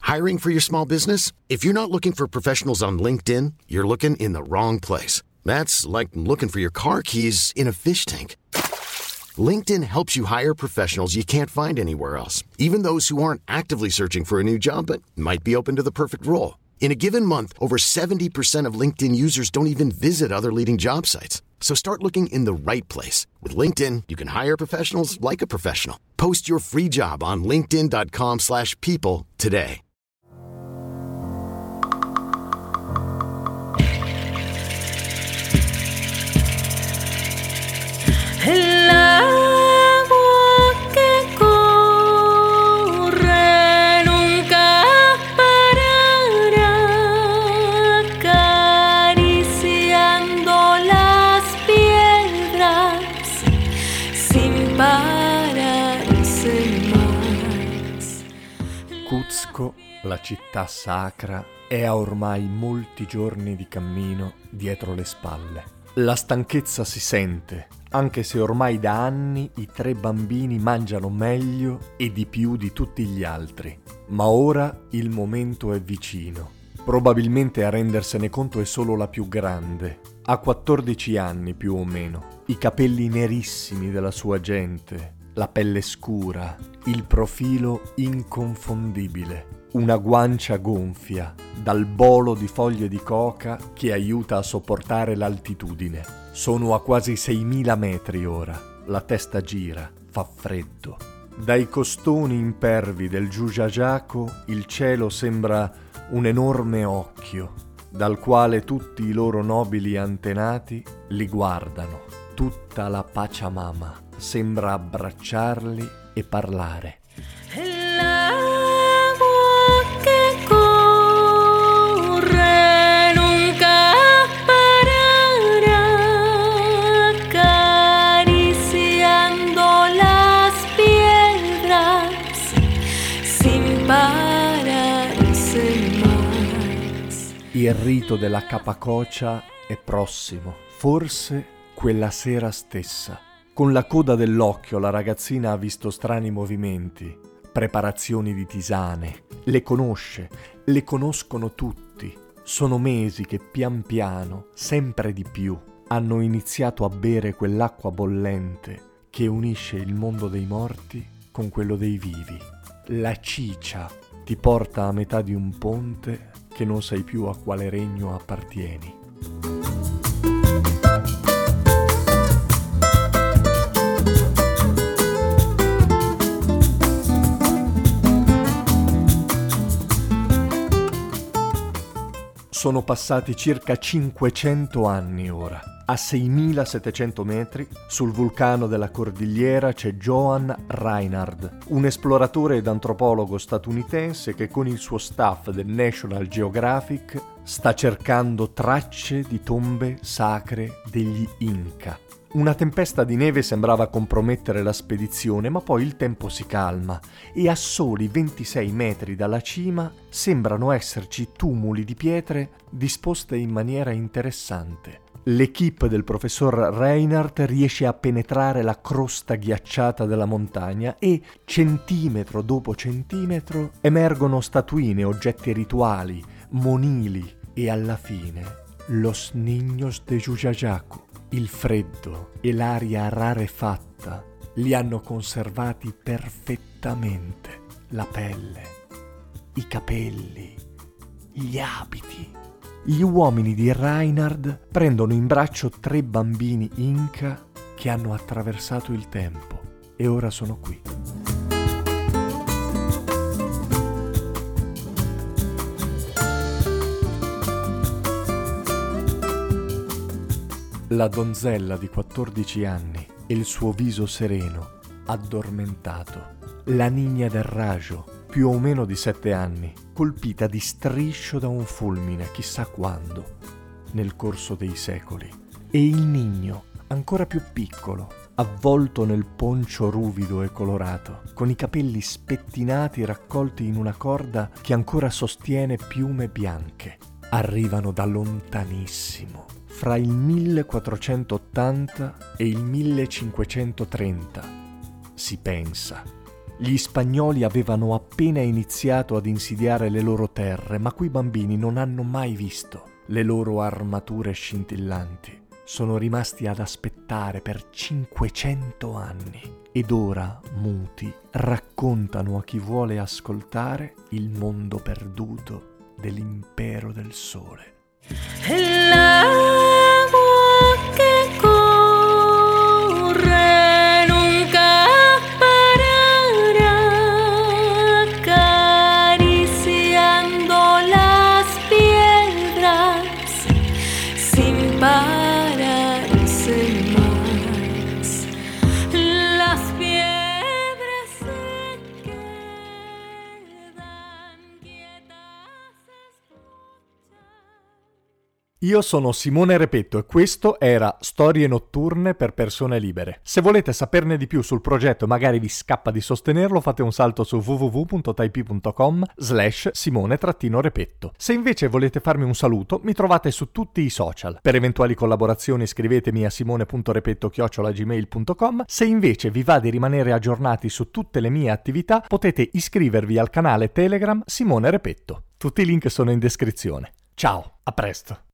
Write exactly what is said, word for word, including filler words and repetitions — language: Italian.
Hiring for your small business? If you're not looking for professionals on LinkedIn, you're looking in the wrong place. That's like looking for your car keys in a fish tank. LinkedIn helps you hire professionals you can't find anywhere else, even those who aren't actively searching for a new job but might be open to the perfect role. In a given month, over seventy percent of LinkedIn users don't even visit other leading job sites. So start looking in the right place. With LinkedIn, you can hire professionals like a professional. Post your free job on linkedin.com slash people today. El agua que corre nunca parará, acariciando las piedras sin pararse más. Cuzco, la città sacra, è a ormai molti giorni di cammino dietro le spalle. La stanchezza si sente, anche se ormai da anni i tre bambini mangiano meglio e di più di tutti gli altri. Ma ora il momento è vicino. Probabilmente a rendersene conto è solo la più grande. Ha quattordici anni più o meno, i capelli nerissimi della sua gente, la pelle scura, il profilo inconfondibile. Una guancia gonfia, dal bolo di foglie di coca che aiuta a sopportare l'altitudine. Sono a quasi seimila metri ora, la testa gira, fa freddo. Dai costoni impervi del Giugiagiaco il cielo sembra un enorme occhio, dal quale tutti i loro nobili antenati li guardano. Tutta la Pachamama sembra abbracciarli e parlare. Il rito della Capacocia è prossimo, forse quella sera stessa. Con la coda dell'occhio la ragazzina ha visto strani movimenti, preparazioni di tisane. Le conosce, le conoscono tutti. Sono mesi che pian piano, sempre di più, hanno iniziato a bere quell'acqua bollente che unisce il mondo dei morti con quello dei vivi. La ciccia ti porta a metà di un ponte che non sai più a quale regno appartieni. Sono passati circa cinquecento anni ora. A seimilasettecento metri, sul vulcano della cordigliera, c'è Johan Reinhard, un esploratore ed antropologo statunitense che con il suo staff del National Geographic sta cercando tracce di tombe sacre degli Inca. Una tempesta di neve sembrava compromettere la spedizione, ma poi il tempo si calma e a soli ventisei metri dalla cima sembrano esserci tumuli di pietre disposte in maniera interessante. L'equipe del professor Reinhardt riesce a penetrare la crosta ghiacciata della montagna e, centimetro dopo centimetro, emergono statuine, oggetti rituali, monili e alla fine Los Niños de Giugiagiaco. Il freddo e l'aria rarefatta li hanno conservati perfettamente. La pelle, i capelli, gli abiti. Gli uomini di Reinhard prendono in braccio tre bambini Inca che hanno attraversato il tempo e ora sono qui. La donzella di quattordici anni e il suo viso sereno, addormentato. La Niña del Raggio, più o meno di sette anni, colpita di striscio da un fulmine, chissà quando, nel corso dei secoli. E il Nigno, ancora più piccolo, avvolto nel poncio ruvido e colorato, con i capelli spettinati raccolti in una corda che ancora sostiene piume bianche. Arrivano da lontanissimo, fra il millequattrocentottanta e il millecinquecentotrenta. Si pensa. Gli spagnoli avevano appena iniziato ad insidiare le loro terre, ma quei bambini non hanno mai visto le loro armature scintillanti. Sono rimasti ad aspettare per cinquecento anni ed ora, muti, raccontano a chi vuole ascoltare il mondo perduto dell'impero del sole. El agua que corre nunca parará, acariciando las piedras sin pararse más. Las piedras se quedan quietas escuchando. Io sono Simone Repetto e questo era Storie notturne per persone libere. Se volete saperne di più sul progetto e magari vi scappa di sostenerlo, fate un salto su w w w punto type punto com slash Simone Repetto. Se invece volete farmi un saluto, mi trovate su tutti i social. Per eventuali collaborazioni scrivetemi a simone punto repetto chiocciola gmail punto com. Se invece vi va di rimanere aggiornati su tutte le mie attività, potete iscrivervi al canale Telegram Simone Repetto. Tutti i link sono in descrizione. Ciao, a presto!